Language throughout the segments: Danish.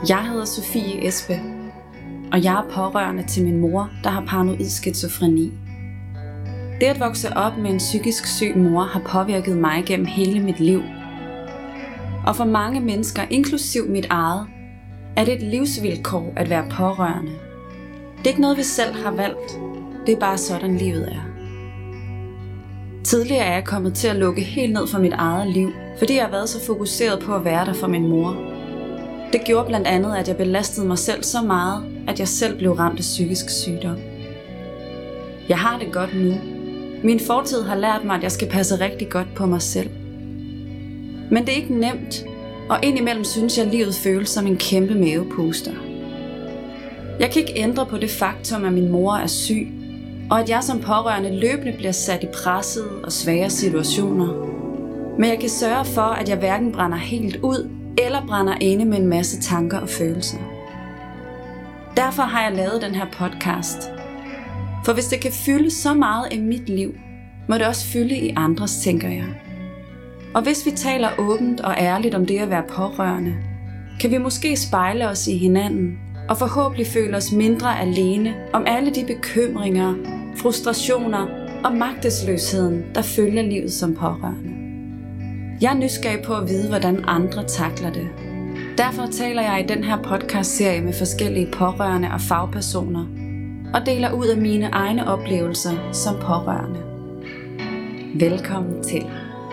Jeg hedder Sofie Espe, og jeg er pårørende til min mor, der har paranoid skizofreni. Det at vokse op med en psykisk syg mor har påvirket mig gennem hele mit liv. Og for mange mennesker, inklusiv mit eget, er det et livsvilkår at være pårørende. Det er ikke noget, vi selv har valgt. Det er bare sådan, livet er. Tidligere er jeg kommet til at lukke helt ned for mit eget liv, fordi jeg har været så fokuseret på at være der for min mor. Det gjorde blandt andet, at jeg belastede mig selv så meget, at jeg selv blev ramt af psykisk sygdom. Jeg har det godt nu. Min fortid har lært mig, at jeg skal passe rigtig godt på mig selv. Men det er ikke nemt, og indimellem synes jeg, at livet føles som en kæmpe mavepuster. Jeg kan ikke ændre på det faktum, at min mor er syg, og at jeg som pårørende løbende bliver sat i pressede og svære situationer. Men jeg kan sørge for, at jeg hverken brænder helt ud, eller brænder inde med en masse tanker og følelser. Derfor har jeg lavet den her podcast. For hvis det kan fylde så meget i mit liv, må det også fylde i andres, tænker jeg. Og hvis vi taler åbent og ærligt om det at være pårørende, kan vi måske spejle os i hinanden og forhåbentlig føle os mindre alene om alle de bekymringer, frustrationer og magtesløsheden, der følger livet som pårørende. Jeg er nysgerrig på at vide, hvordan andre takler det. Derfor taler jeg i den her podcastserie med forskellige pårørende og fagpersoner og deler ud af mine egne oplevelser som pårørende. Velkommen til.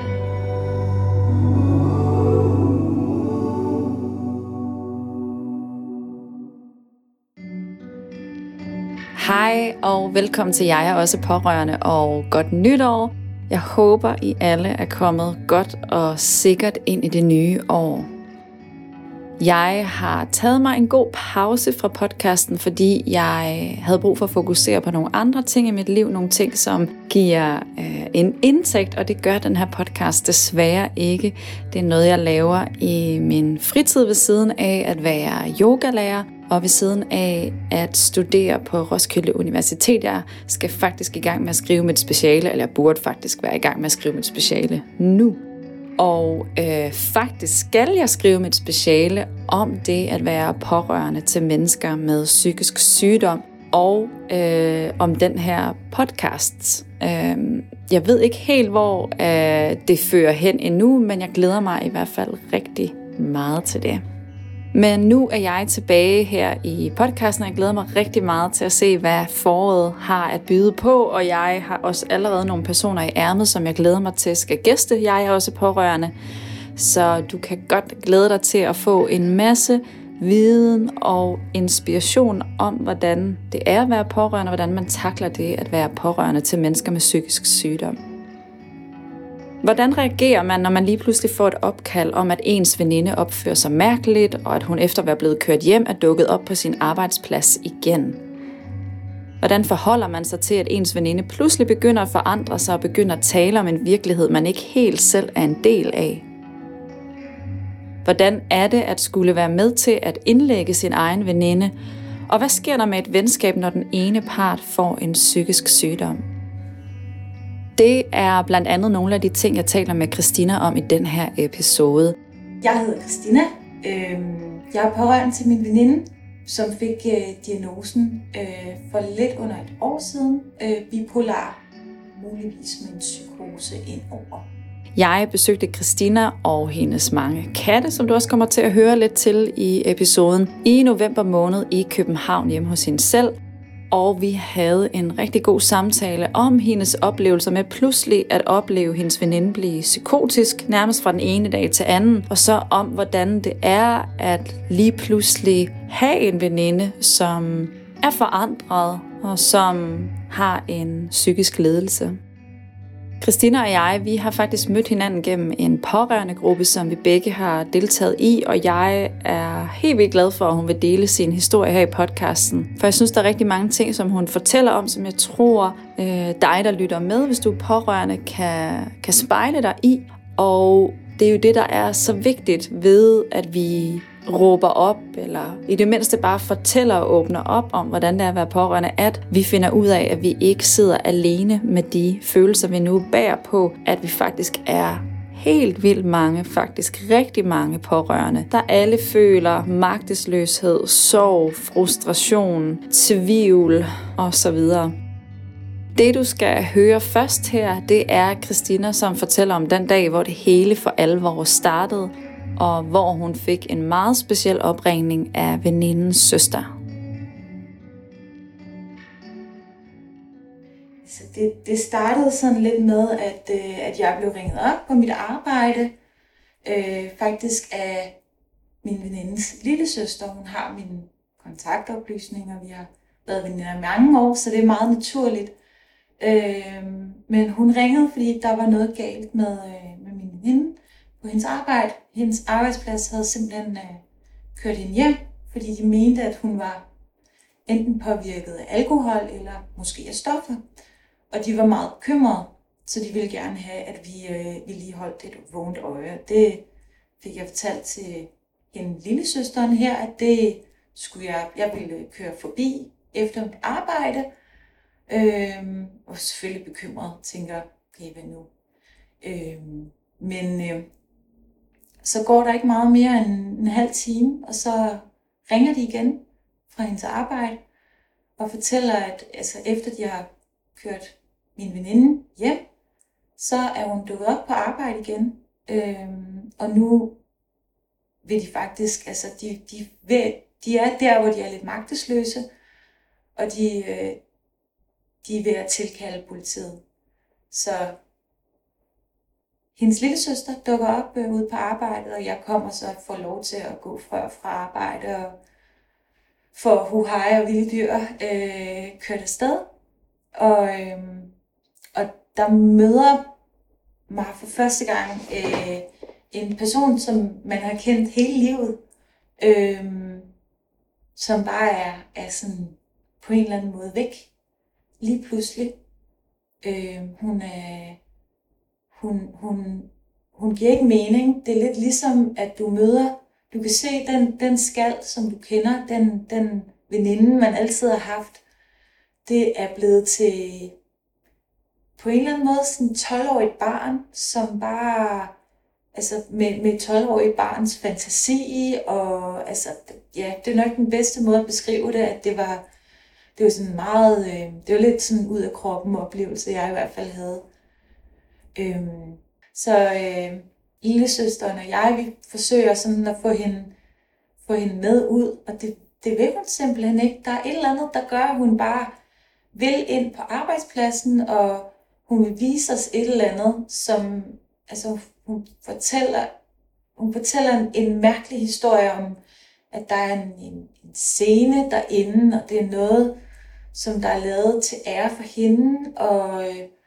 Hej og velkommen til Jeg er også pårørende og godt nytår. Jeg håber, I alle er kommet godt og sikkert ind i det nye år. Jeg har taget mig en god pause fra podcasten, fordi jeg havde brug for at fokusere på nogle andre ting i mit liv. Nogle ting, som giver en indtægt, og det gør den her podcast desværre ikke. Det er noget, jeg laver i min fritid ved siden af at være yogalærer, og ved siden af at studere på Roskilde Universitet. Jeg skal faktisk i gang med at skrive mit speciale, eller jeg burde faktisk være i gang med at skrive mit speciale nu. Og faktisk skal jeg skrive mit speciale om det at være pårørende til mennesker med psykisk sygdom, og om den her podcast. Jeg ved ikke helt, hvor det fører hen endnu, men jeg glæder mig i hvert fald rigtig meget til det. Men nu er jeg tilbage her i podcasten, og jeg glæder mig rigtig meget til at se, hvad foråret har at byde på. Og jeg har også allerede nogle personer i ærmet, som jeg glæder mig til skal gæste. Jeg er også pårørende, så du kan godt glæde dig til at få en masse viden og inspiration om, hvordan det er at være pårørende, og hvordan man takler det at være pårørende til mennesker med psykisk sygdom. Hvordan reagerer man, når man lige pludselig får et opkald om, at ens veninde opfører sig mærkeligt, og at hun efter at være blevet kørt hjem er dukket op på sin arbejdsplads igen? Hvordan forholder man sig til, at ens veninde pludselig begynder at forandre sig og begynder at tale om en virkelighed, man ikke helt selv er en del af? Hvordan er det at skulle være med til at indlægge sin egen veninde? Og hvad sker der med et venskab, når den ene part får en psykisk sygdom? Det er blandt andet nogle af de ting, jeg taler med Christina om i den her episode. Jeg hedder Christina. Jeg er pårørende til min veninde, som fik diagnosen for lidt under et år siden. Bipolar, muligvis med en psykose indover. Jeg besøgte Christina og hendes mange katte, som du også kommer til at høre lidt til i episoden, i november måned i København hjemme hos hende selv. Og vi havde en rigtig god samtale om hendes oplevelser med pludselig at opleve hendes veninde blive psykotisk, nærmest fra den ene dag til anden. Og så om, hvordan det er at lige pludselig have en veninde, som er forandret og som har en psykisk lidelse. Christina og jeg, vi har faktisk mødt hinanden gennem en pårørende gruppe, som vi begge har deltaget i, og jeg er helt vildt glad for, at hun vil dele sin historie her i podcasten. For jeg synes, der er rigtig mange ting, som hun fortæller om, som jeg tror, dig, der lytter med, hvis du er pårørende, kan spejle dig i. Og det er jo det, der er så vigtigt ved, at vi råber op, eller i det mindste bare fortæller og åbner op om, hvordan det er at være pårørende, at vi finder ud af, at vi ikke sidder alene med de følelser, vi nu bærer på, at vi faktisk er helt vildt mange, faktisk rigtig mange pårørende, der alle føler magtesløshed, sorg, frustration, tvivl osv. Det du skal høre først her, det er Christina, som fortæller om den dag, hvor det hele for alvor startede, og hvor hun fik en meget speciel opringning af venindens søster. Så det startede sådan lidt med, at jeg blev ringet op på mit arbejde, faktisk af min venindes lillesøster. Hun har mine kontaktoplysninger, vi har været veninder i mange år, så det er meget naturligt. Men hun ringede, fordi der var noget galt med min veninde på hendes arbejde. Hendes arbejdsplads havde simpelthen kørt hende hjem, fordi de mente, at hun var enten påvirket af alkohol eller måske af stoffer. Og de var meget bekymrede, så de ville gerne have, at vi lige holdt et vågent øje. Det fik jeg fortalt til hende lillesøsteren her, at det skulle jeg ville køre forbi efter mit arbejde. Og selvfølgelig bekymret, tænker, okay, hvad nu? Men så går der ikke meget mere end en halv time, og så ringer de igen fra hendes arbejde og fortæller, at altså, efter de har kørt min veninde hjem, så er hun dukket op på arbejde igen. Og nu vil de faktisk, altså de er der, hvor de er lidt magtesløse, og de er ved at tilkalde politiet. Så hendes lillesøster dukker op ude på arbejdet, og jeg kommer så og får lov til at gå fra arbejde og få huhej og vilde dyr kørt afsted. Og der møder mig for første gang en person, som man har kendt hele livet, som bare er sådan på en eller anden måde væk. Lige pludselig. Hun giver ikke mening. Det er lidt ligesom, at du kan se den skal, som du kender, den veninde, man altid har haft. Det er blevet til på en eller anden måde sådan et 12-årigt barn, som bare, altså med 12-årigt barns fantasi, og altså, ja, det er nok den bedste måde at beskrive det, at det var sådan meget, det var lidt sådan ud af kroppen oplevelse, jeg i hvert fald havde. Så lillesøsteren og jeg, vi forsøger sådan at få hende med ud, og det vil hun simpelthen ikke. Der er et eller andet, der gør, at hun bare vil ind på arbejdspladsen, og hun vil vise os et eller andet, som, altså hun fortæller en mærkelig historie om, at der er en scene derinde, og det er noget, som der er lavet til ære for hende, og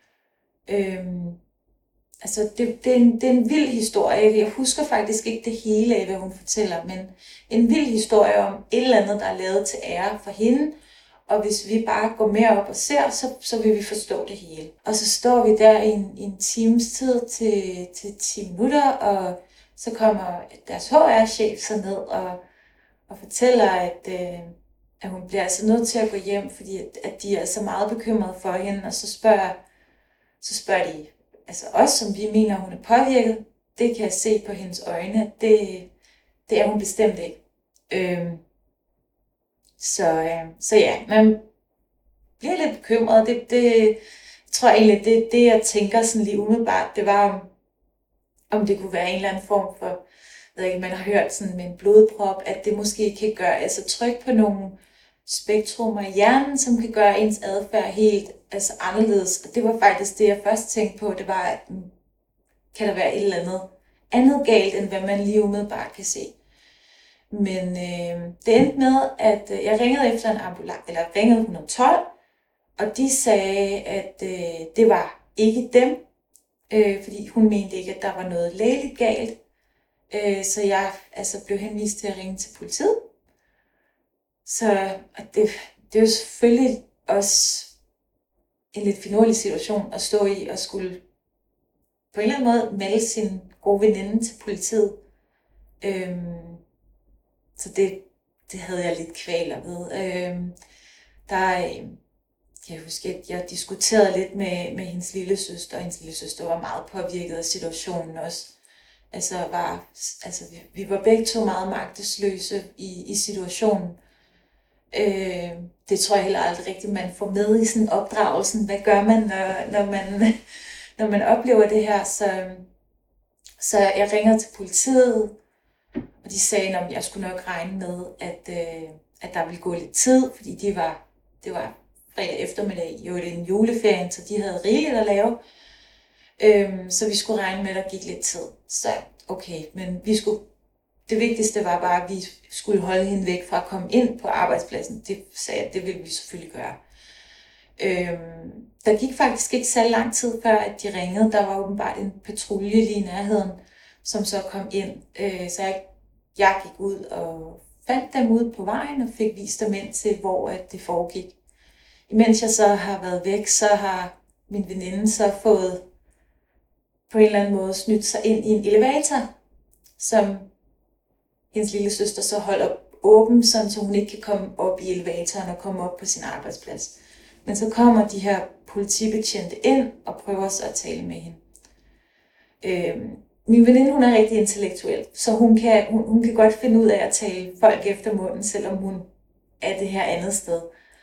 altså det er en vild historie. Jeg husker faktisk ikke det hele af, hvad hun fortæller, men en vild historie om et eller andet, der er lavet til ære for hende, og hvis vi bare går mere op og ser, så vil vi forstå det hele. Og så står vi der i en times tid til 10 minutter, og så kommer deres HR-chef så ned og fortæller, at hun bliver altså nødt til at gå hjem, fordi at de er så meget bekymrede for hende, og så spørger de altså os, som vi mener, hun er påvirket. Det kan jeg se på hendes øjne. Det er hun bestemt ikke. Så ja, man bliver lidt bekymret. Det tror jeg egentlig, det jeg tænker sådan lige umiddelbart, det var om det kunne være en eller anden form for, jeg ved ikke, man har hørt sådan med en blodprop, at det måske kan gøre, altså tryk på nogle spektrumer i hjernen, som kan gøre ens adfærd helt altså anderledes. Og det var faktisk det, jeg først tænkte på, det var, at kan der være et eller andet galt, end hvad man lige umiddelbart kan se. Men det endte med, at jeg ringede efter en ambulance, eller ringede 112, og de sagde, at det var ikke dem, fordi hun mente ikke, at der var noget lægeligt galt. Så jeg blev henvist til at ringe til politiet. Så det er jo selvfølgelig også en lidt finurlig situation at stå i og skulle på en eller anden måde melde sin gode veninde til politiet. Så det havde jeg lidt kvaler ved. jeg husker, at jeg diskuterede lidt med hendes lille søster, og hendes lille søster var meget påvirket af situationen også. Vi var begge to meget magtesløse i situationen. Det tror jeg heller aldrig rigtigt, man får med i sådan opdragelsen. Hvad gør man, når man oplever det her? Så jeg ringede til politiet, og de sagde, at jeg skulle nok regne med, at der ville gå lidt tid, fordi det var fredag eftermiddag, jo det er en juleferie, så de havde rigeligt at lave. Så vi skulle regne med, at der gik lidt tid. Så okay, men det vigtigste var bare, at vi skulle holde hende væk fra at komme ind på arbejdspladsen. Det sagde jeg, det ville vi selvfølgelig gøre. Der gik faktisk ikke så lang tid før, at de ringede. Der var åbenbart en patrulje lige i nærheden, som så kom ind. Så jeg gik ud og fandt dem ude på vejen og fik vist dem ind til, hvor det foregik. Imens jeg så har været væk, så har min veninde så fået på en eller anden måde snydt sig ind i en elevator, som hendes lille søster så holder åben, så hun ikke kan komme op i elevatoren og komme op på sin arbejdsplads. Men så kommer de her politibetjente ind og prøver så at tale med hende. Min veninde, hun er rigtig intellektuel, så hun kan godt finde ud af at tale folk efter munden, selvom hun er det her andet sted.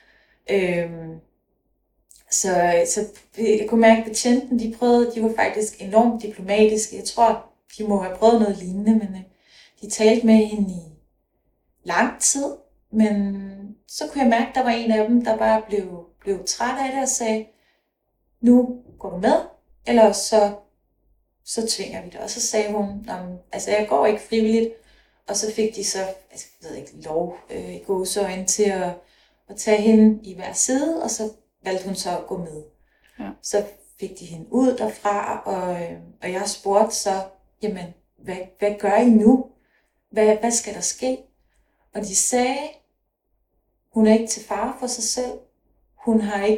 Så jeg kunne mærke, at betjenten, de var faktisk enormt diplomatiske. Jeg tror, de må have prøvet noget lignende, men de talte med hende i lang tid. Men så kunne jeg mærke, at der var en af dem, der bare blev træt af det og sagde, nu går du med, eller så tvinger vi dig. Og så sagde hun, jeg går ikke frivilligt. Og så fik de så, lov i gåseøjne til at tage hende i hver side, og så valgte hun så at gå med. Ja. Så fik de hende ud derfra, og jeg spurgte så, jamen, hvad gør I nu? Hvad skal der ske? Og de sagde, hun er ikke til fare for sig selv. Hun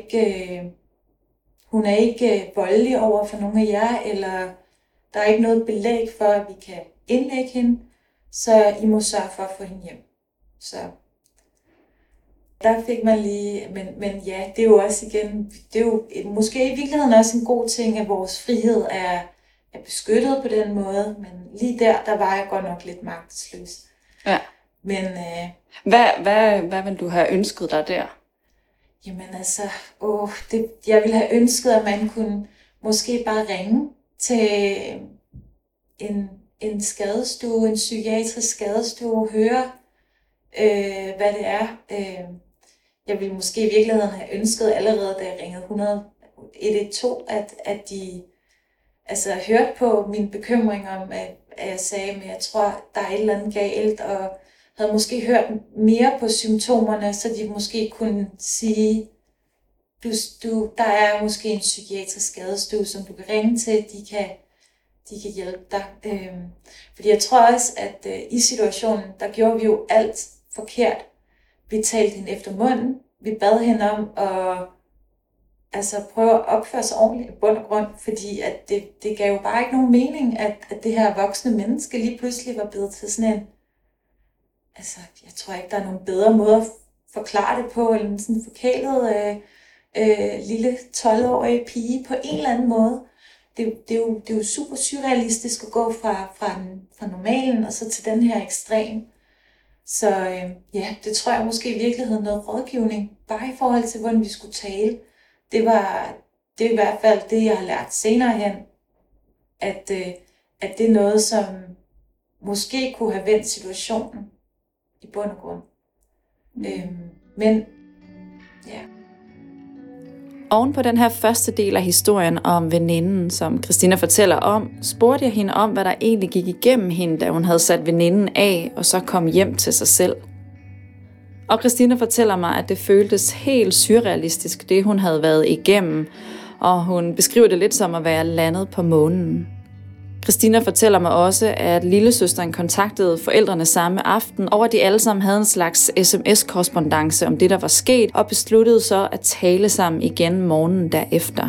er ikke voldelig over for nogen af jer, eller der er ikke noget belæg for, at vi kan indlægge hende, så I må sørge for at få hende hjem. Så der fik man lige, men ja, det er jo også igen, det er jo måske i virkeligheden også en god ting, at vores frihed er beskyttet på den måde, men lige der var jeg godt nok lidt magtesløs. Ja. Men hvad ville du have ønsket dig der? Jamen jeg ville have ønsket, at man kunne måske bare ringe til en skadestue, en psykiatrisk skadestue, høre, hvad det er. Jeg ville måske i virkeligheden have ønsket allerede, da jeg ringede 112, at de hørte på min bekymring om, at jeg sagde, men jeg tror, der er et eller andet galt, og havde måske hørt mere på symptomerne, så de måske kunne sige, der er måske en psykiatrisk skadestue, som du kan ringe til, de kan hjælpe dig. Fordi jeg tror også, at i situationen, der gjorde vi jo alt forkert. Vi talte hende efter munden, vi bad hende om at prøve at opføre sig ordentligt i bund og grund, fordi at det gav jo bare ikke nogen mening, at det her voksne menneske lige pludselig var blevet til sådan en, jeg tror ikke, der er nogen bedre måde at forklare det på, eller en sådan forkælet lille 12-årig pige på en eller anden måde. Det er jo super surrealistisk at gå fra normalen og så til den her ekstrem. Så det tror jeg måske i virkeligheden noget rådgivning, bare i forhold til, hvordan vi skulle tale. Det er i hvert fald det, jeg har lært senere hen, at det er noget, som måske kunne have vendt situationen i bund og grund. Men ja. Oven på den her første del af historien om veninden, som Christina fortæller om, spurgte jeg hende om, hvad der egentlig gik igennem hende, da hun havde sat veninden af og så kom hjem til sig selv. Og Christina fortæller mig, at det føltes helt surrealistisk, det hun havde været igennem, og hun beskriver det lidt som at være landet på månen. Christina fortæller mig også, at lillesøsteren kontaktede forældrene samme aften, og at de alle sammen havde en slags sms-korrespondance om det, der var sket, og besluttede så at tale sammen igen morgenen derefter.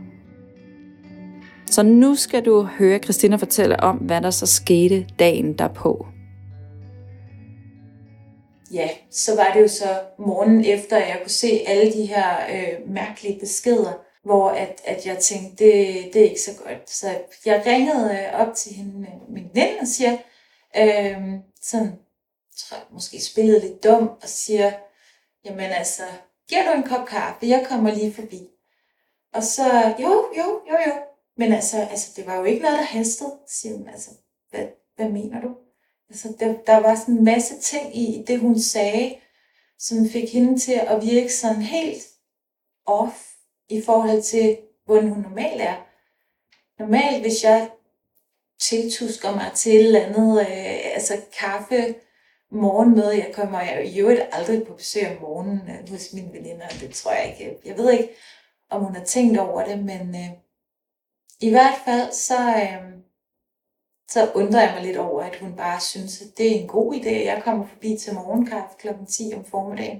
Så nu skal du høre Christina fortælle om, hvad der så skete dagen derpå. ja, så var det jo så morgenen efter, at jeg kunne se alle de her mærkelige beskeder, hvor at jeg tænkte, det er ikke så godt. Så jeg ringede op til hende, min veninde, og siger, sådan, tror jeg måske spillede lidt dum, og siger, jamen altså, giver du en kop kaffe? Jeg kommer lige forbi. Og så, jo. Men altså, det var jo ikke noget, der hastede, siger hun. Altså, hvad mener du? Altså, der var sådan en masse ting i det, hun sagde, som fik hende til at virke sådan helt off i forhold til, hvordan hun normalt er. Normalt, hvis jeg tiltusker mig til et eller andet, altså kaffe, morgenmøde, jeg kommer i øvrigt aldrig på besøg om morgenen hos mine veninder, det tror jeg ikke. Jeg ved ikke, om hun har tænkt over det, men i hvert fald så undrer jeg mig lidt over, at hun bare synes, at det er en god idé, at jeg kommer forbi til morgenkaffe kl. 10 om formiddagen.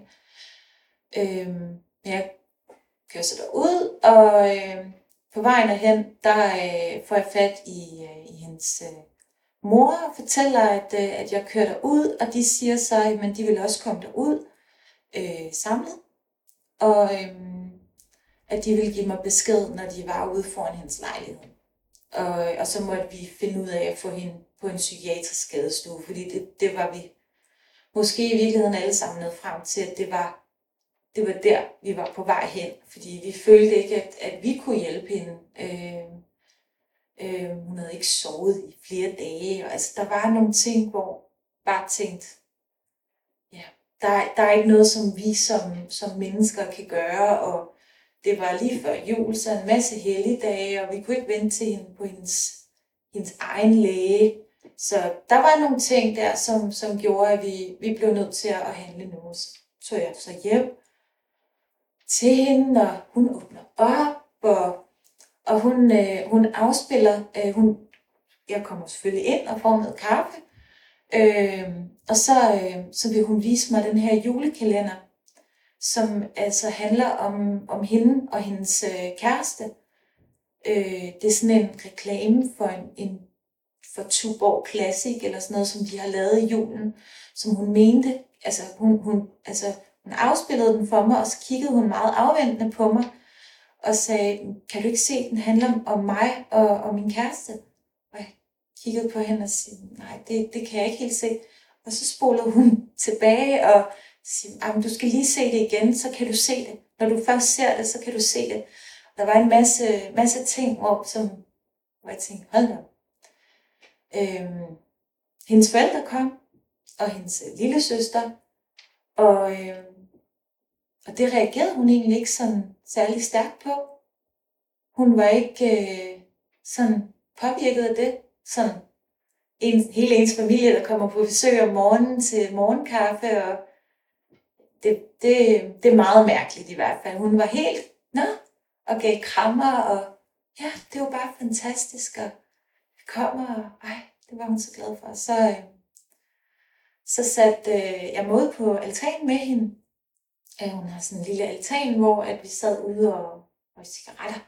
Jeg kører så derud, og på vejen derhen, der får jeg fat i hendes mor og fortæller, at jeg kører derud, og de siger så, at de vil også komme derud samlet, og at de ville give mig besked, når de var ude foran hendes lejlighed. Og så måtte vi finde ud af at få hende på en psykiatrisk skadestue, fordi det var vi måske i virkeligheden alle sammen nået frem til, at det var der, vi var på vej hen, fordi vi følte ikke, at vi kunne hjælpe hende. Hun havde ikke sovet i flere dage, og altså, der var nogle ting, hvor bare tænkte, ja, der er ikke noget, som vi som mennesker kan gøre, og det var lige før jul, så en masse helligdage, og vi kunne ikke vente til hende på hendes egen læge. Så der var nogle ting der, som gjorde, at vi blev nødt til at handle nu. Så tog jeg så hjem til hende, og hun åbner op, og hun afspiller. Jeg kommer selvfølgelig ind og får noget kaffe, og så vil hun vise mig den her julekalender, som altså handler om hende og hendes kæreste. Det er sådan en reklame for Tuborg Classic, eller sådan noget, som de har lavet i julen, som hun mente. Altså hun afspillede den for mig, og så kiggede hun meget afventende på mig, og sagde, kan du ikke se, den handler om mig og min kæreste? Og jeg kiggede på hende og sagde, nej, det kan jeg ikke helt se. Og så spolede hun tilbage og siger, du skal lige se det igen, så kan du se det. Når du først ser det, så kan du se det. Der var en masse ting, hvor jeg tænkte, hold da. Hendes forældre kom, og hendes lille søster, og det reagerede hun egentlig ikke sådan særlig stærkt på. Hun var ikke sådan påvirket af det. Sådan hele ens familie, der kommer på besøg om morgenen til morgenkaffe, og det er meget mærkeligt i hvert fald. Hun var helt, og gav krammer, og ja, det var bare fantastisk, og vi kommer, og det var hun så glad for. Så satte jeg mig ud på altanen med hende. Hun har sådan en lille altan, hvor at vi sad ude og cigaretter.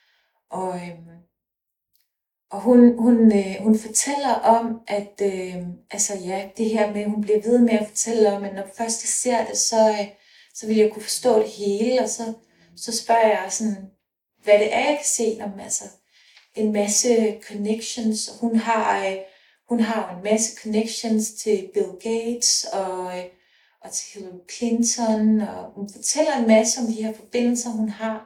Og hun fortæller om, at det her med, hun bliver ved med at fortælle om, at når først jeg ser det, så vil jeg kunne forstå det hele. Og så spørger jeg sådan, hvad det er, jeg kan se om, altså en masse connections. Og hun har jo en masse connections til Bill Gates og til Hillary Clinton, og hun fortæller en masse om de her forbindelser, hun har.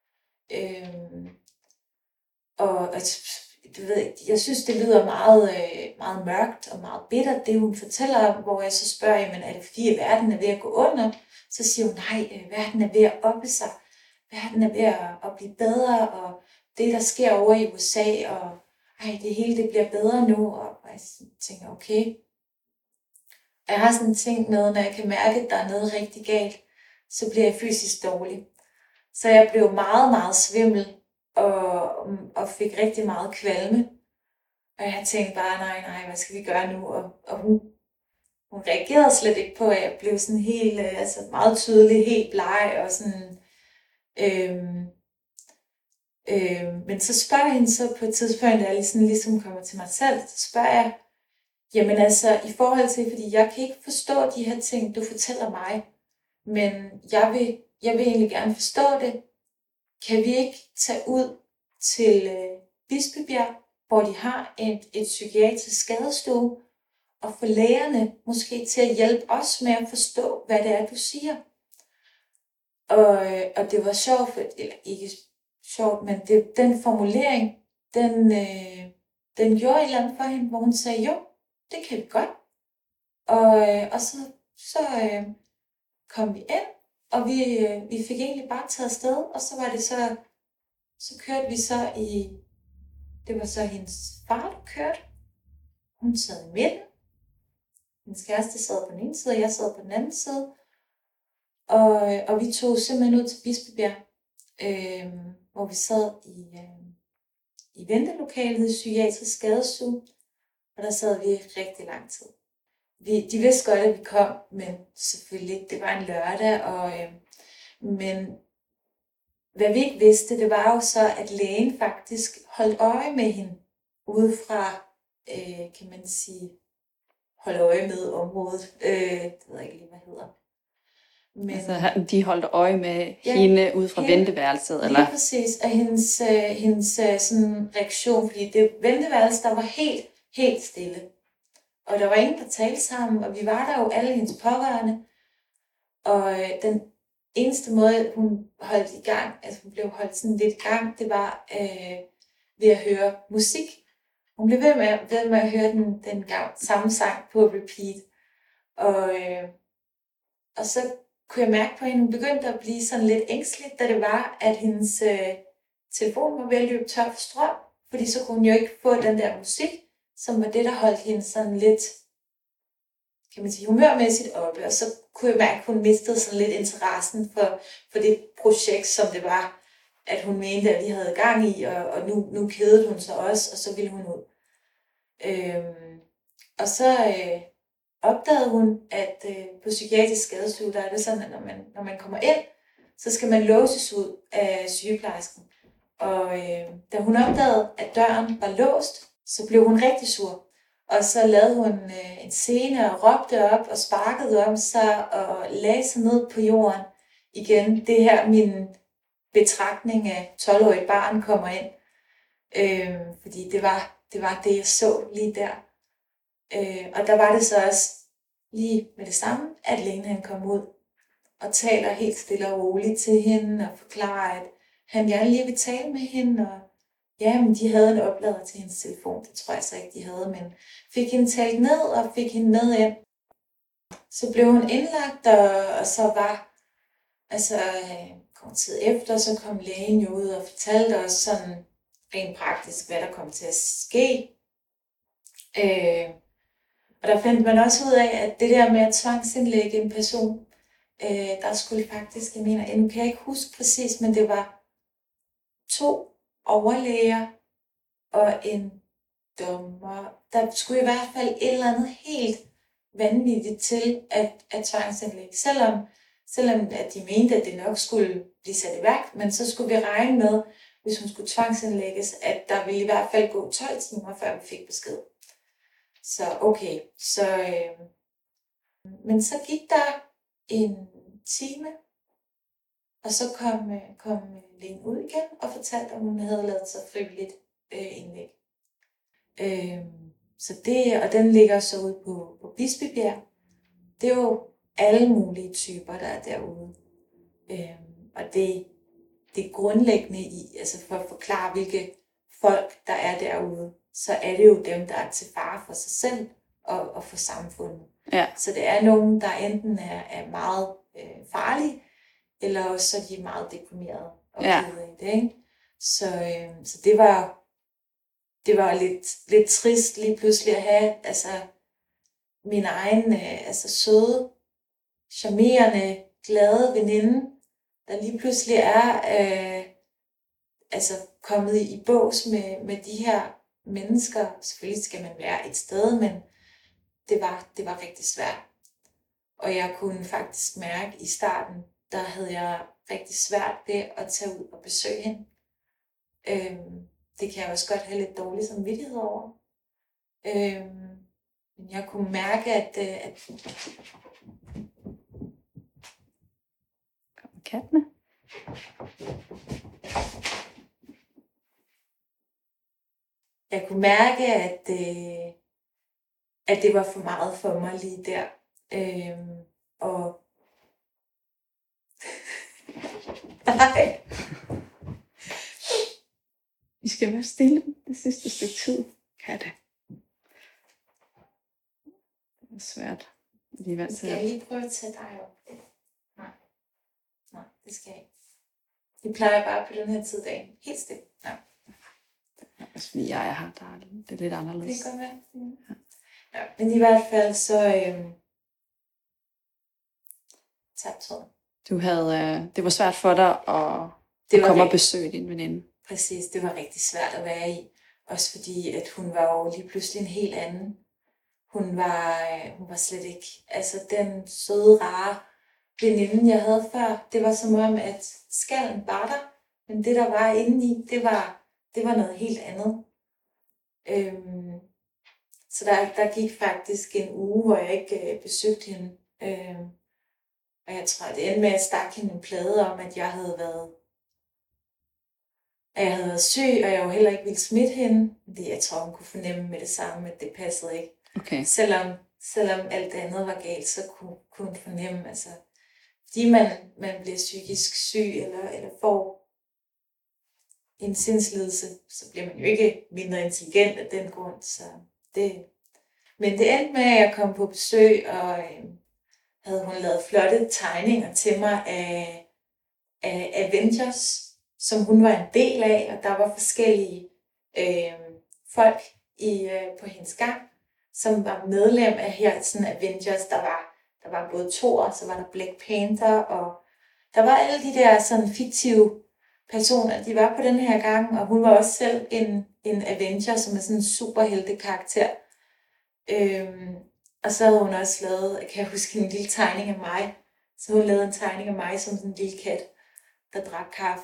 Du ved, jeg synes, det lyder meget, meget mørkt og meget bittert, det hun fortæller om, hvor jeg så spørger, jamen, er det fordi, at verden er ved at gå under? Så siger hun, nej, verden er ved at oppe sig. Verden er ved at blive bedre, og det, der sker over i USA, og det hele det bliver bedre nu. Og jeg tænker, okay. Og jeg har sådan en ting med, når jeg kan mærke, at der er noget rigtig galt, så bliver jeg fysisk dårlig. Så jeg blev meget, meget svimmel, og fik rigtig meget kvalme. Og jeg tænkte bare, nej, hvad skal vi gøre nu? Og hun reagerede slet ikke på, at jeg blev sådan helt, meget tydelig, helt bleg, og sådan. Men så spørger jeg hende så på et tidspunkt, da jeg ligesom kommer til mig selv, så spørger jeg, Jamen altså, i forhold til, fordi jeg kan ikke forstå de her ting, du fortæller mig, men jeg vil egentlig gerne forstå det. Kan vi ikke tage ud til Bispebjerg, hvor de har et psykiatrisk skadestue, og få lægerne måske til at hjælpe os med at forstå, hvad det er, du siger? Og det var sjovt, eller ikke sjovt, men den formulering, den gjorde et eller andet for hende, hvor hun sagde, jo, det kan vi godt. Og så kom vi ind, og vi fik egentlig bare taget afsted, og så var det så kørte vi så det var så hendes far, der kørte. Hun sad i midten. Hendes kæreste sad på den ene side, og jeg sad på den anden side. Og vi tog simpelthen ud til Bispebjerg, hvor vi sad i ventelokalet i psykiatrisk skadestue, og der sad vi rigtig lang tid. De vidste godt, at vi kom, men selvfølgelig, det var en lørdag, men hvad vi ikke vidste, det var jo så, at lægen faktisk holdt øje med hende, udefra, kan man sige, holde øje med området. Det ved jeg ikke lige, hvad hedder. Men, altså, de holdt øje med hende ude fra venteværelset? Eller? Ja, præcis. Og hendes sådan reaktion, fordi det venteværelse, der var helt stille. Og der var ingen, der talte sammen, og vi var der jo alle hendes pårørende. Og den eneste måde, hun holdt i gang, altså hun blev holdt sådan lidt i gang, det var ved at høre musik. Hun blev ved med at høre den samme sang på repeat. Og så kunne jeg mærke på hende, hun begyndte at blive sådan lidt ængstelig, da det var, at hendes telefon var ved at løbe tør for strøm, fordi så kunne hun jo ikke få den der musik, som var det, der holdt hende sådan lidt, kan man sige, humørmæssigt oppe. Og så kunne jeg mærke, at hun mistede sådan lidt interessen for det projekt, som det var, at hun mente, at vi havde gang i, og nu kedede hun sig også, og så ville hun ud. Og så opdagede hun, at på psykiatrisk skadestue, der er det sådan, at når man kommer ind, så skal man låses ud af sygeplejersken. Og da hun opdagede, at døren var låst, så blev hun rigtig sur. Og så lavede hun en scene og råbte op og sparkede om sig og lagde sig ned på jorden. Igen, det her min betragtning af 12-årige barn kommer ind. Fordi det var det, jeg så lige der. Og der var det så også lige med det samme, at lægen han kom ud og taler helt stille og roligt til hende og forklarer, at han gerne lige vil tale med hende. Og ja, men de havde en oplader til hendes telefon. Det tror jeg så ikke, de havde, men fik hende talt ned og fik hende med ind. Så blev hun indlagt, og så var, altså kort tid efter, så kom lægen jo ud og fortalte os sådan rent praktisk, hvad der kom til at ske. Og der fandt man også ud af, at det der med at tvangsindlægge en person, der skulle faktisk, nu kan jeg ikke huske præcis, men det var 2 overlæger og en dommer. Der skulle i hvert fald et eller andet helt vanvittigt til at tvangsindlægge. Selvom at de mente, at det nok skulle blive sat i værk, men så skulle vi regne med, hvis hun skulle tvangsindlægges, at der ville i hvert fald gå 12 timer, før vi fik besked. Så okay, men så gik der en time, og så kom lægen ud igen og fortalte, at hun havde lavet sig frivilligt indlæg. Så det, og den ligger så ude på Bispebjerg. Det er jo alle mulige typer, der er derude. Og det grundlæggende i, altså for at forklare, hvilke folk, der er derude, så er det jo dem, der er til fare for sig selv og for samfundet. Ja. Så det er nogen, der enten er meget farlige, eller også så de er meget deprimerede og kede af det, ikke? Så det var lidt trist lige pludselig at have min egen søde, charmerende, glade veninde, der lige pludselig er kommet i bås med de her mennesker. Selvfølgelig skal man være et sted, men det var rigtig svært. Og jeg kunne faktisk mærke i starten, der havde jeg rigtig svært ved at tage ud og besøge hende. Det kan jeg også godt have lidt dårlig samvittighed over. Men jeg kunne mærke, at Kommer kattene? jeg kunne mærke, at det var for meget for mig lige der. Og nej. I skal være stille det sidste stykke tid, katte. Det er svært. De er vant til Skal jeg lige prøve at tage dig op? Nej, det skal jeg ikke. Det plejer bare på den her tid af dagen. Helt stille. Ja. Også fordi jeg er her, det er lidt anderledes. Det kan godt være. Ja, men i hvert fald så tabte tråden. Det var svært for dig at komme og besøge din veninde. Præcis, det var rigtig svært at være i. Også fordi, at hun var jo lige pludselig en helt anden. Hun var slet ikke, altså den søde, rare veninde, jeg havde før. Det var som om, at skallen var der, men det, der var indeni, det var noget helt andet. Så der gik faktisk en uge, hvor jeg ikke besøgte hende. Og jeg tror, det endte med, at jeg stak hende en plade om, at jeg havde været syg, og jeg jo heller ikke ville smitte hende. Fordi jeg tror, hun kunne fornemme med det samme, at det passede ikke. Okay. Selvom alt andet var galt, så kunne hun fornemme, altså, fordi man bliver psykisk syg, eller får en sindslidelse, så bliver man jo ikke mindre intelligent af den grund. Men det endte med, at jeg kom på besøg, og havde hun lavet flotte tegninger til mig af Avengers, som hun var en del af, og der var forskellige folk på hendes gang, som var medlem af her sådan Avengers. Der var både Thor, så var der Black Panther, og der var alle de der sådan fiktive personer, de var på den her gang, og hun var også selv en Avenger, som er sådan en superheltekarakter. Og så havde hun også lavet, kan jeg huske, en lille tegning af mig. Så hun lavede en tegning af mig som sådan en lille kat, der drak kaffe.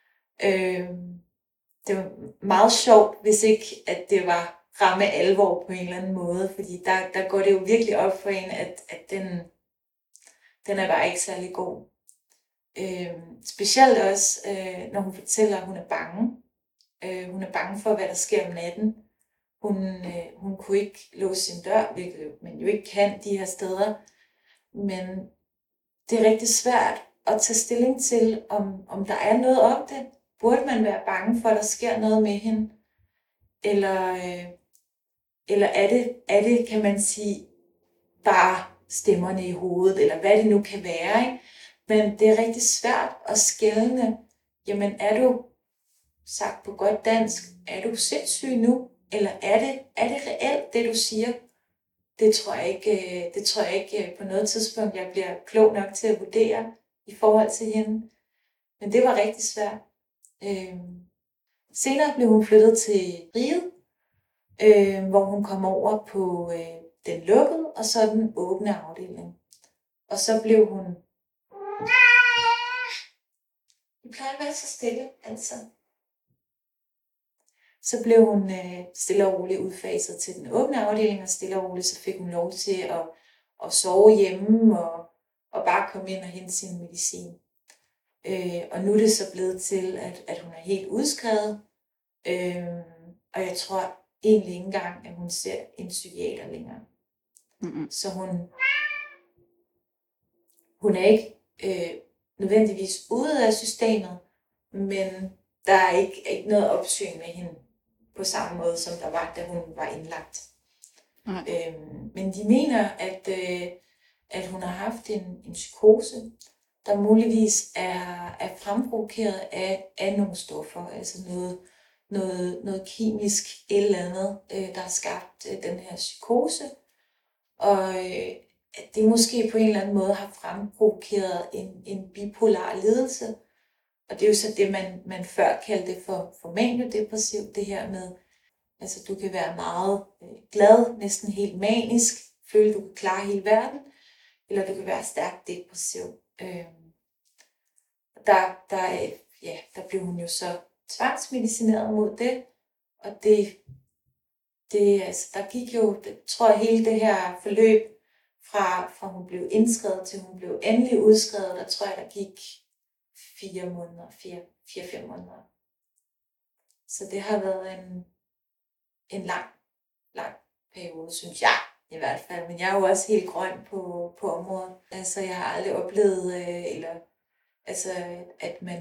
Det var meget sjovt, hvis ikke at det var ramme alvor på en eller anden måde, fordi der går det jo virkelig op for en, at den er bare ikke særlig god. Specielt også, når hun fortæller, at hun er bange. Hun er bange for, hvad der sker om natten. Hun kunne ikke låse sin dør, hvilket man jo ikke kan de her steder. Men det er rigtig svært at tage stilling til, om der er noget om det. Burde man være bange for, at der sker noget med hende? Eller er det, kan man sige, bare stemmerne i hovedet, eller hvad det nu kan være, ikke? Men det er rigtig svært at skelne. Jamen, er du, sagt på godt dansk, er du sindssyg nu? Eller er det reelt, det du siger? Det tror jeg ikke på noget tidspunkt, jeg bliver klog nok til at vurdere i forhold til hende. Men det var rigtig svært. Senere blev hun flyttet til Riget, hvor hun kom over på den lukkede og så den åbne afdeling. Og så blev hun... Vi plejer at være så stille, altså. Så blev hun stille og roligt udfaset til den åbne afdeling, og stille og roligt så fik hun lov til at sove hjemme og bare komme ind og hente sin medicin. Og nu er det så blevet til, at hun er helt udskrevet, og jeg tror egentlig ikke engang, at hun ser en psykiater længere. Mm-hmm. Så hun er ikke nødvendigvis ude af systemet, men der er ikke noget opsyn med hende på samme måde, som der var, da hun var indlagt. Men de mener, at hun har haft en psykose, der muligvis er fremprovokeret af nogle stoffer, altså noget kemisk et eller andet, der har skabt den her psykose, og at det måske på en eller anden måde har fremprovokeret en bipolar lidelse. Og det er jo så det, man før kaldte for maniodepressiv, det her med, altså du kan være meget glad, næsten helt manisk, føle du kan klare hele verden, eller du kan være stærkt depressiv. Der blev hun jo så tvangsmedicineret mod det, og det der gik jo, tror jeg, hele det her forløb, fra hun blev indskrevet til hun blev endelig udskrevet, der tror jeg, der gik 4-5 måneder. Så det har været en lang periode, synes jeg i hvert fald. Men jeg er jo også helt grøn på området. Altså, jeg har aldrig oplevet, at man...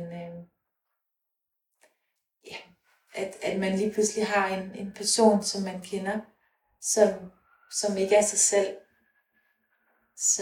at man lige pludselig har en person, som man kender, som ikke er sig selv. Så,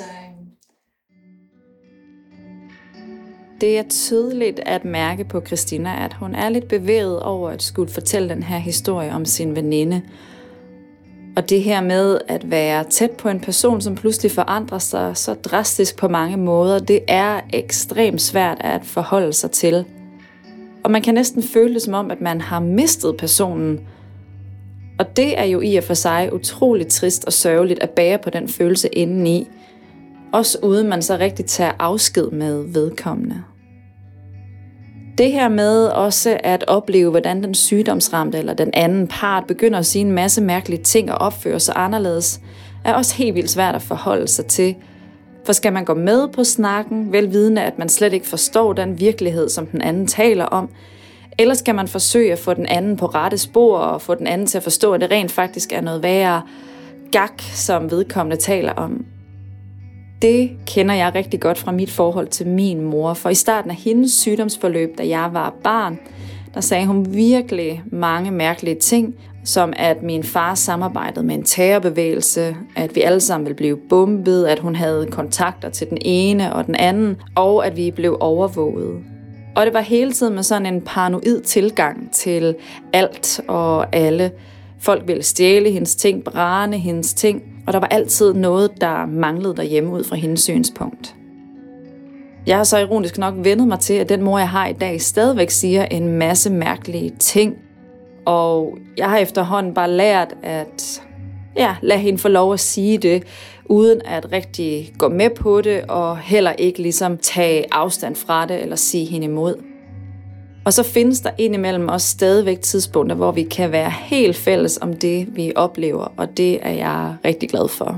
Det er tydeligt at mærke på Christina, at hun er lidt bevæget over at skulle fortælle den her historie om sin veninde. Og det her med at være tæt på en person, som pludselig forandrer sig så drastisk på mange måder, det er ekstremt svært at forholde sig til. Og man kan næsten føle det som om, at man har mistet personen. Og det er jo i og for sig utroligt trist og sørgeligt at bære på den følelse indeni. Også uden man så rigtig tager afsked med vedkommende. Det her med også at opleve, hvordan den sygdomsramte eller den anden part begynder at sige en masse mærkelige ting og opføre sig anderledes, er også helt vildt svært at forholde sig til. For skal man gå med på snakken, velvidende at man slet ikke forstår den virkelighed, som den anden taler om, eller skal man forsøge at få den anden på rette spor og få den anden til at forstå, at det rent faktisk er noget værre gak, som vedkommende taler om. Det kender jeg rigtig godt fra mit forhold til min mor, for i starten af hendes sygdomsforløb, da jeg var barn, der sagde hun virkelig mange mærkelige ting, som at min far samarbejdede med en terrorbevægelse, at vi alle sammen ville blive bombet, at hun havde kontakter til den ene og den anden, og at vi blev overvåget. Og det var hele tiden med sådan en paranoid tilgang til alt og alle. Folk ville stjæle hendes ting, brænde hendes ting, og der var altid noget, der manglede derhjemme ud fra hendes synspunkt. Jeg har så ironisk nok vendet mig til, at den mor, jeg har i dag, stadigvæk siger en masse mærkelige ting. Og jeg har efterhånden bare lært at lade hende få lov at sige det, uden at rigtig gå med på det, og heller ikke ligesom tage afstand fra det eller sige hende imod. Og så findes der indimellem også stadigvæk tidspunkter, hvor vi kan være helt fælles om det, vi oplever, og det er jeg rigtig glad for.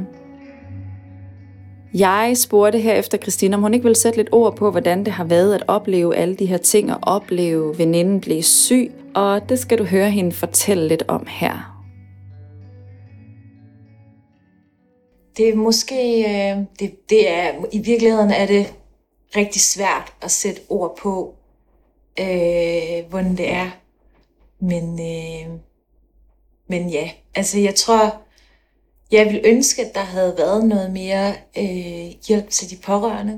Jeg spurgte her efter Christina, om hun ikke ville sætte lidt ord på, hvordan det har været at opleve alle de her ting, og opleve veninden blive syg, og det skal du høre hende fortælle lidt om her. Det er måske, det er, i virkeligheden er det rigtig svært at sætte ord på, hvordan det er. Men ja, altså jeg tror, jeg ville ønske, at der havde været noget mere hjælp til de pårørende.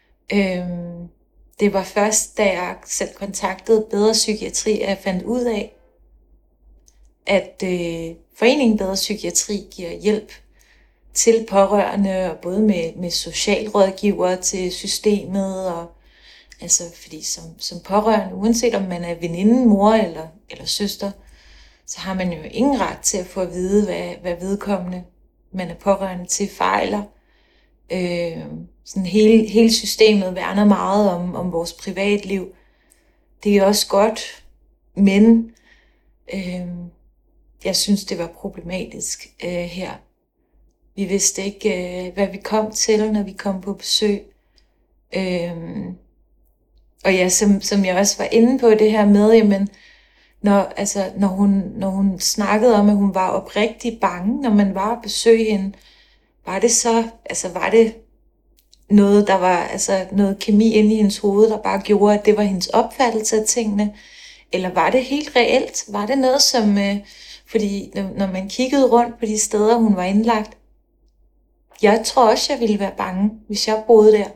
Det var først, da jeg selv kontaktede Bedre Psykiatri, at jeg fandt ud af, at Foreningen Bedre Psykiatri giver hjælp til pårørende, og både med socialrådgivere til systemet, og altså fordi som pårørende, uanset om man er veninde, mor eller søster, så har man jo ingen ret til at få at vide, hvad vedkommende man er pårørende til fejler. Sådan hele systemet værner meget om vores privatliv. Det er også godt, men jeg synes, det var problematisk her. Vi vidste ikke, hvad vi kom til, når vi kom på besøg. Og ja, som jeg også var inde på det her med, jamen, når hun snakkede om, at hun var oprigtig bange, når man var at besøge hende, var det noget, der var noget kemi inde i hendes hoved, der bare gjorde, at det var hendes opfattelse af tingene? Eller var det helt reelt? Var det noget, som... fordi når man kiggede rundt på de steder, hun var indlagt, jeg tror også, jeg ville være bange, hvis jeg boede der.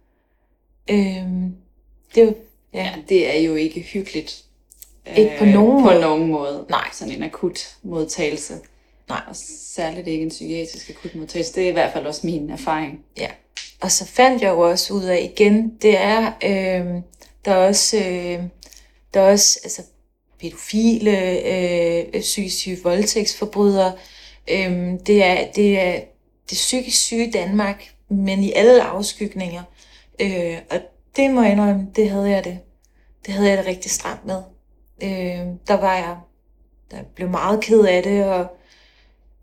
Det er jo ikke hyggeligt. Ikke på nogen måde. Nej. Sådan en akut modtagelse. Nej. Og særligt ikke en psykiatrisk akut modtagelse. Det er i hvert fald også min erfaring. Ja. Og så fandt jeg jo også ud af igen, det er, der er også altså, pædofile, psykisk syge voldtægtsforbrydere. Det er psykisk syge Danmark, men i alle afskygninger. Og det må jeg indrømme, det havde jeg det rigtig stramt med. Der blev meget ked af det,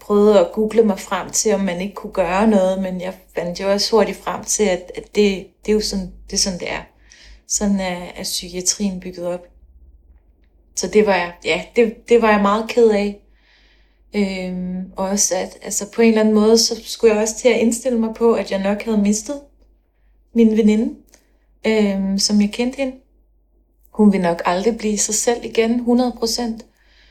prøvede at google mig frem til, om man ikke kunne gøre noget, men jeg fandt jo også hurtigt frem til, at det er jo sådan, det er. Sådan er psykiatrien bygget op. Så det var jeg meget ked af. Også at altså på en eller anden måde, så skulle jeg også til at indstille mig på, at jeg nok havde mistet min veninde, som jeg kendte hende. Hun vil nok aldrig blive sig selv igen, 100%.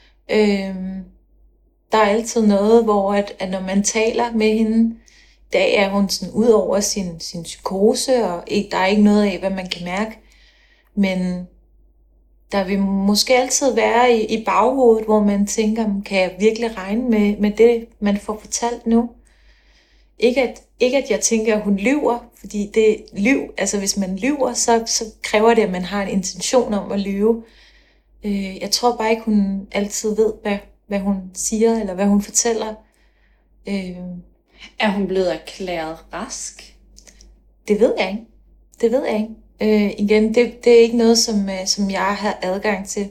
Der er altid noget, hvor at når man taler med hende, i dag er hun sådan ud over sin psykose, og der er ikke noget af, hvad man kan mærke. Men der vil måske altid være i baghovedet, hvor man tænker, kan jeg virkelig regne med det, man får fortalt nu? Ikke at jeg tænker, at hun lyver, fordi det lyv, altså hvis man lyver, så kræver det, at man har en intention om at lyve. Jeg tror bare ikke, hun altid ved, hvad hun siger, eller hvad hun fortæller. Er hun blevet erklæret rask? Det ved jeg ikke. Igen, det er ikke noget, som jeg har adgang til.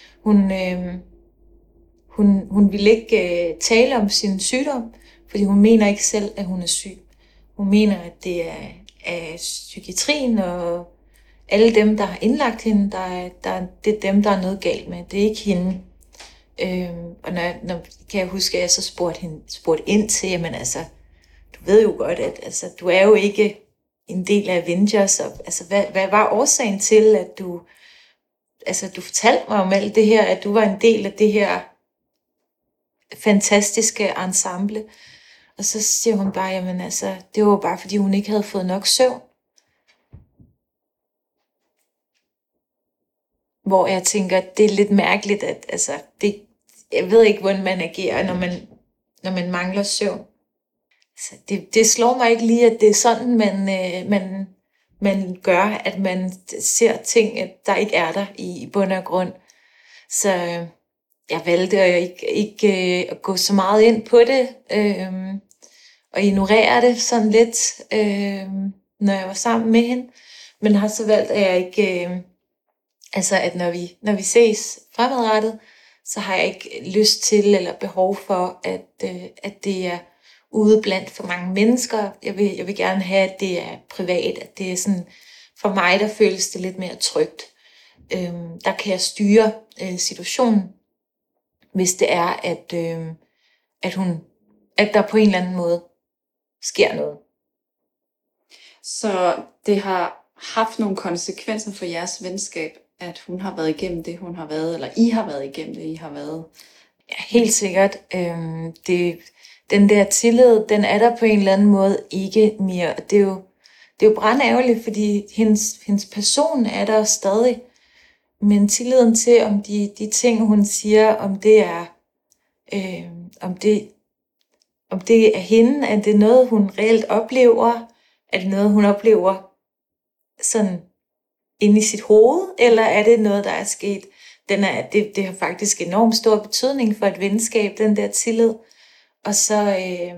Hun vil ikke tale om sin sygdom, fordi hun mener ikke selv, at hun er syg. Hun mener, at det er psykiatrien og alle dem, der har indlagt hende, det er dem, der er noget galt med. Det er ikke hende. Og når kan jeg huske, at jeg så spurgte ind til, jamen altså, du ved jo godt, at altså, du er jo ikke en del af Avengers. Og, altså, hvad var årsagen til, at du fortalte mig om alt det her, at du var en del af det her fantastiske ensemble. Og så siger hun bare, jamen altså, det var bare fordi hun ikke havde fået nok søvn. Hvor jeg tænker, det er lidt mærkeligt, at altså, jeg ved ikke, hvordan man agerer, når man mangler søvn. Altså, det slår mig ikke lige, at det er sådan, man gør, at man ser ting, der ikke er der i bund og grund. Så jeg valgte ikke at gå så meget ind på det, og ignorere det sådan lidt, når jeg var sammen med hende. Men har så valgt, at jeg ikke, at når vi ses fremadrettet, så har jeg ikke lyst til eller behov for, at det er ude blandt for mange mennesker. Jeg vil gerne have, at det er privat, at det er sådan, for mig, der føles det lidt mere trygt. Der kan jeg styre situationen, hvis det er, at der på en eller anden måde sker noget. Så det har haft nogle konsekvenser for jeres venskab, at hun har været igennem det, hun har været, eller I har været igennem det, I har været? Ja, helt sikkert. Den der tillid, den er der på en eller anden måde ikke mere. Det er jo brandærgerligt, fordi hendes person er der stadig. Men tilliden til, om de ting, hun siger, om det er hende, er det noget, hun reelt oplever, er det noget, hun oplever sådan inde i sit hoved, eller er det noget, der er sket? Det har faktisk enormt stor betydning for et venskab, den der tillid. Og så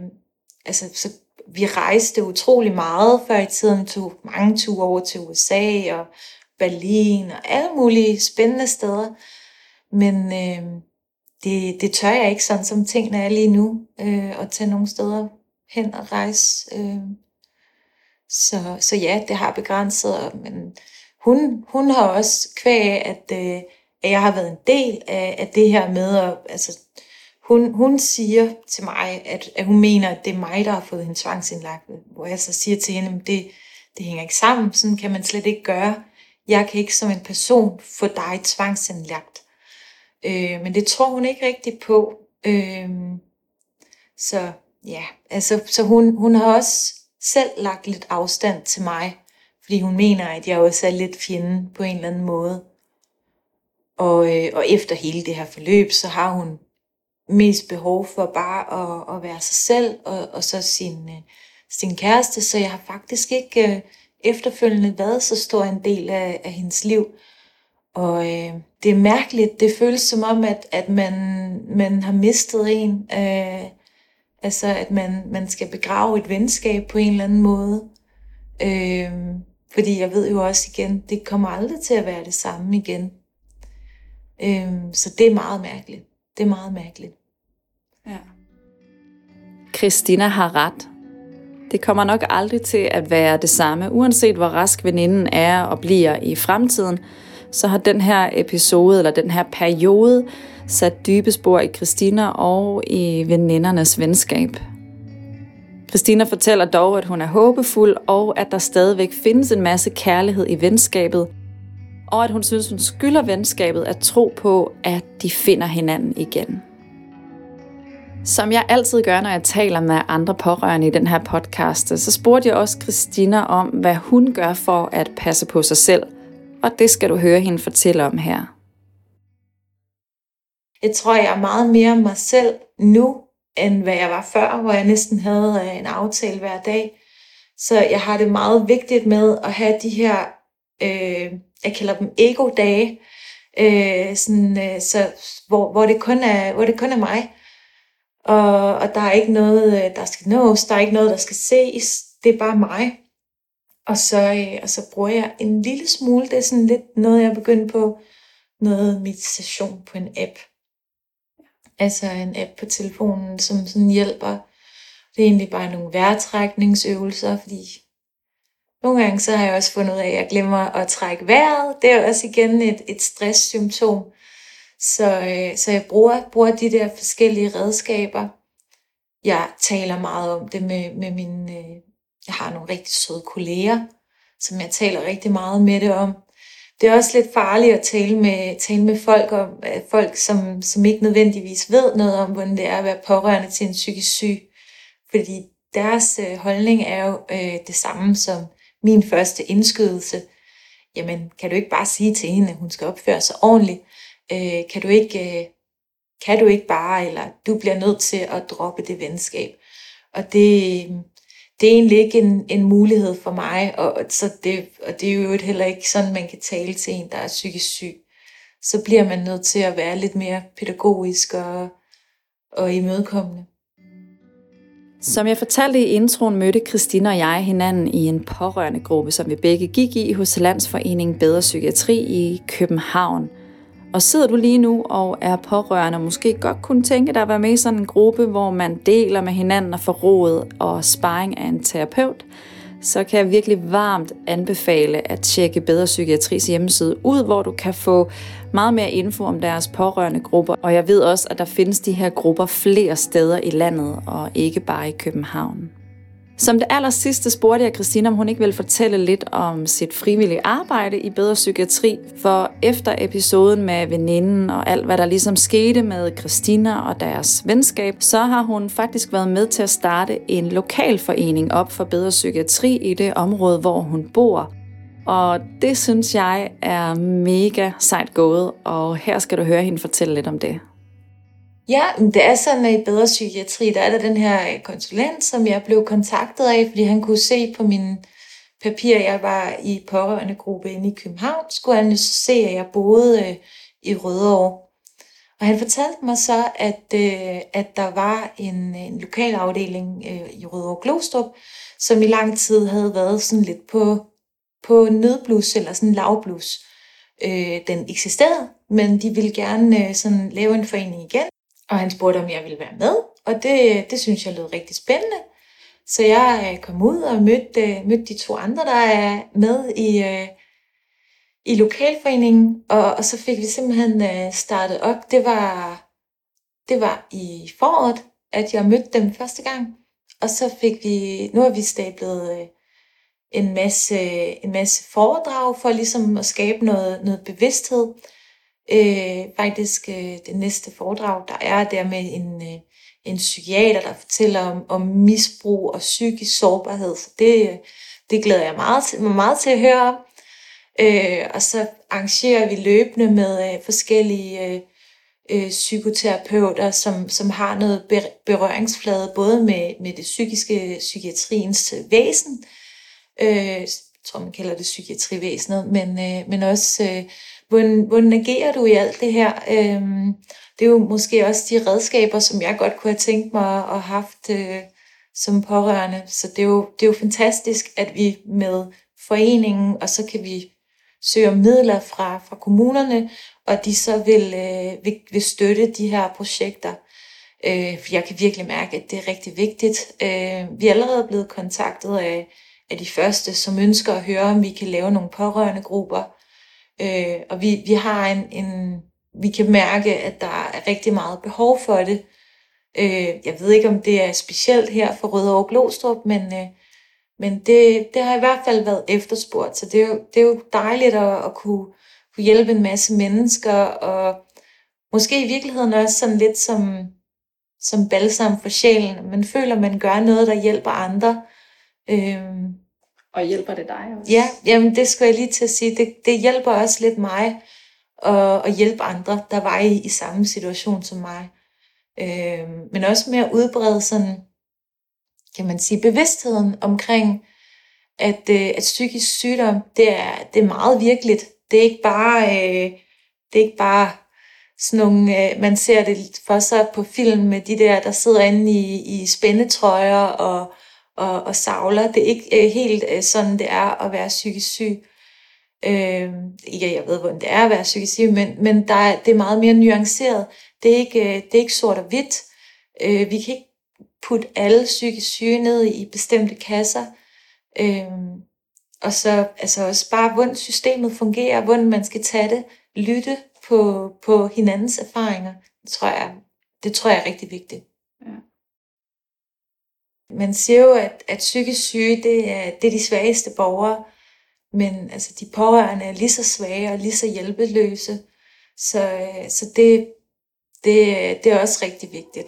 vi rejste utrolig meget før i tiden, tog mange ture over til USA og Berlin og alle mulige spændende steder. Men det tør jeg ikke, sådan som tingene er lige nu, at tage nogle steder hen og rejse. Så ja, det har begrænset, men hun har også kvæg, at jeg har været en del af det her med, hun siger til mig, at hun mener, at det er mig, der har fået hende tvangsindlagt, hvor jeg så siger til hende, at det hænger ikke sammen, sådan kan man slet ikke gøre. Jeg kan ikke som en person få dig tvangsindlagt. Men det tror hun ikke rigtigt på. Så ja, så hun har også selv lagt lidt afstand til mig, fordi hun mener, at jeg også er lidt fjenden på en eller anden måde. Og efter hele det her forløb, så har hun mest behov for bare at være sig selv, og så sin kæreste, så jeg har faktisk ikke efterfølgende været så stor en del af hendes liv. Og det er mærkeligt, det føles som om, at man har mistet en, at man skal begrave et venskab på en eller anden måde. Fordi jeg ved jo også igen, det kommer aldrig til at være det samme igen. Så det er meget mærkeligt. Det er meget mærkeligt. Ja. Christina har ret. Det kommer nok aldrig til at være det samme, uanset hvor rask veninden er og bliver i fremtiden, så har den her episode eller den her periode sat dybe spor i Christina og i venindernes venskab. Christina fortæller dog, at hun er håbefuld, og at der stadigvæk findes en masse kærlighed i venskabet, og at hun synes, hun skylder venskabet at tro på, at de finder hinanden igen. Som jeg altid gør, når jeg taler med andre pårørende i den her podcast, så spurgte jeg også Christina om, hvad hun gør for at passe på sig selv, og det skal du høre hende fortælle om her. Jeg tror, jeg er meget mere mig selv nu, end hvad jeg var før, hvor jeg næsten havde en aftale hver dag. Så jeg har det meget vigtigt med at have de her, jeg kalder dem ego-dage, hvor det kun er mig. Og der er ikke noget, der skal nås, der er ikke noget, der skal ses, det er bare mig. Og så bruger jeg en lille smule, det er sådan lidt noget, jeg er begyndt på, noget meditation på en app. Altså en app på telefonen, som sådan hjælper. Det er egentlig bare nogle vejrtrækningsøvelser, fordi nogle gange så har jeg også fundet ud af, at jeg glemmer at trække vejret. Det er jo også igen et stresssymptom. Så jeg bruger de der forskellige redskaber. Jeg taler meget om det med mine... Jeg har nogle rigtig søde kolleger, som jeg taler rigtig meget med det om. Det er også lidt farligt at tale med folk som ikke nødvendigvis ved noget om, hvordan det er at være pårørende til en psykisk syg. Fordi deres holdning er jo det samme som min første indskydelse. Jamen, kan du ikke bare sige til hende, at hun skal opføre sig ordentligt? Kan du ikke bare, eller du bliver nødt til at droppe det venskab. Og det er egentlig ikke en mulighed for mig, og det er jo heller ikke sådan, man kan tale til en, der er psykisk syg. Så bliver man nødt til at være lidt mere pædagogisk og imødekommende. Som jeg fortalte i introen, mødte Christina og jeg hinanden i en pårørende gruppe, som vi begge gik i hos Landsforeningen Bedre Psykiatri i København. Og sidder du lige nu og er pårørende og måske godt kunne tænke dig at være med i sådan en gruppe, hvor man deler med hinanden og får råd og sparring af en terapeut, så kan jeg virkelig varmt anbefale at tjekke Bedre Psykiatris hjemmeside ud, hvor du kan få meget mere info om deres pårørende grupper. Og jeg ved også, at der findes de her grupper flere steder i landet, og ikke bare i København. Som det aller sidste spurgte jeg Christina, om hun ikke ville fortælle lidt om sit frivillige arbejde i Bedre Psykiatri, for efter episoden med veninden og alt, hvad der ligesom skete med Christina og deres venskab, så har hun faktisk været med til at starte en lokalforening op for Bedre Psykiatri i det område, hvor hun bor. Og det synes jeg er mega sejt gået, og her skal du høre hende fortælle lidt om det. Ja, det er sådan, at i Bedre Psykiatri, der er der den her konsulent, som jeg blev kontaktet af, fordi han kunne se på mine papirer, jeg var i pårørende gruppe inde i København, skulle han jo se, at jeg boede i Rødovre. Og han fortalte mig så, at der var en lokalafdeling i Rødovre Glostrup, som i lang tid havde været sådan lidt på nødblus eller sådan lavblus. Den eksisterede, men de ville gerne sådan lave en forening igen. Og han spurgte, om jeg ville være med, og det synes jeg lød rigtig spændende. Så jeg kom ud og mødte de to andre, der er med i lokalforeningen, og så fik vi simpelthen startet op. Det var i foråret, at jeg mødte dem første gang, og så nu har vi stablet en masse foredrag for ligesom at skabe noget bevidsthed. Det næste foredrag, der er der med en psykiater, der fortæller om misbrug og psykisk sårbarhed. Så det glæder jeg meget til at høre om. Og så arrangerer vi løbende med forskellige psykoterapeuter, som har noget berøringsflade, både med det psykiatriens væsen, jeg tror man kalder det psykiatrivæsenet, men også hvordan agerer du i alt det her? Det er jo måske også de redskaber, som jeg godt kunne have tænkt mig at have haft som pårørende. Så det er jo fantastisk, at vi med foreningen, og så kan vi søge om midler fra kommunerne, og de så vil støtte de her projekter. For jeg kan virkelig mærke, at det er rigtig vigtigt. Vi er allerede blevet kontaktet af de første, som ønsker at høre, om vi kan lave nogle pårørendegrupper. Og vi har vi kan mærke, at der er rigtig meget behov for det. Jeg ved ikke, om det er specielt her for Rødovre Glostrup, men det har i hvert fald været efterspurgt. Så det er jo dejligt at kunne hjælpe en masse mennesker, og måske i virkeligheden også sådan lidt som balsam for sjælen. Man føler, man gør noget, der hjælper andre. Og hjælper det dig også? Ja, jamen det skulle jeg lige til at sige. Det hjælper også lidt mig at hjælpe andre, der var i samme situation som mig. Men også med at udbrede sådan, kan man sige, bevidstheden omkring, at psykisk sygdom, det er meget virkeligt. Det er ikke bare sådan nogle, man ser det for sig på film med de der sidder inde i spændetrøjer og savler. Det er ikke helt sådan, det er at være psykisk syg. Ikke, jeg ved, hvordan det er at være psykisk syg, men det er meget mere nuanceret. Det er ikke sort og hvidt. Vi kan ikke putte alle psykisk syge ned i bestemte kasser. Og så altså også bare, hvordan systemet fungerer, hvordan man skal tage det, lytte på hinandens erfaringer. Det tror jeg er rigtig vigtigt. Ja. Man siger jo, at psykisk syge, det er de svageste borgere, men altså, de pårørende er lige så svage og lige så hjælpeløse. Så det er også rigtig vigtigt.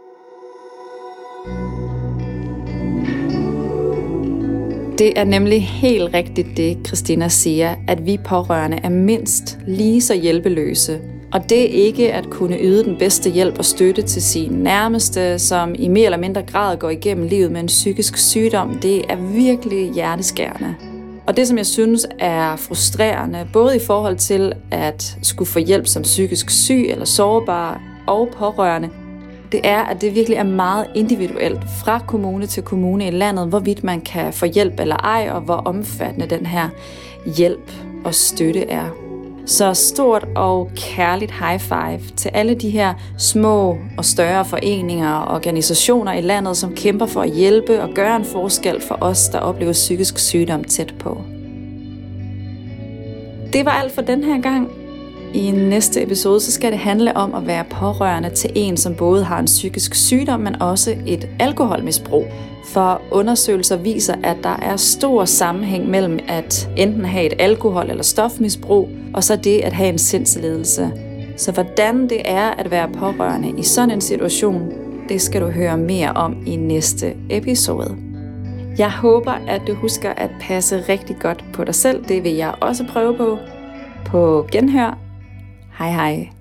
Det er nemlig helt rigtigt det, Christina siger, at vi pårørende er mindst lige så hjælpeløse. Og det er ikke at kunne yde den bedste hjælp og støtte til sine nærmeste, som i mere eller mindre grad går igennem livet med en psykisk sygdom. Det er virkelig hjerteskærende. Og det, som jeg synes er frustrerende, både i forhold til at skulle få hjælp som psykisk syg eller sårbar og pårørende, det er, at det virkelig er meget individuelt fra kommune til kommune i landet, hvorvidt man kan få hjælp eller ej, og hvor omfattende den her hjælp og støtte er. Så stort og kærligt high five til alle de her små og større foreninger og organisationer i landet, som kæmper for at hjælpe og gøre en forskel for os, der oplever psykisk sygdom tæt på. Det var alt for den her gang. I næste episode så skal det handle om at være pårørende til en, som både har en psykisk sygdom, men også et alkoholmisbrug. For undersøgelser viser, at der er stor sammenhæng mellem at enten have et alkohol- eller stofmisbrug, og så det at have en sindslidelse. Så hvordan det er at være pårørende i sådan en situation, det skal du høre mere om i næste episode. Jeg håber, at du husker at passe rigtig godt på dig selv. Det vil jeg også prøve på. På genhør. Hej hej.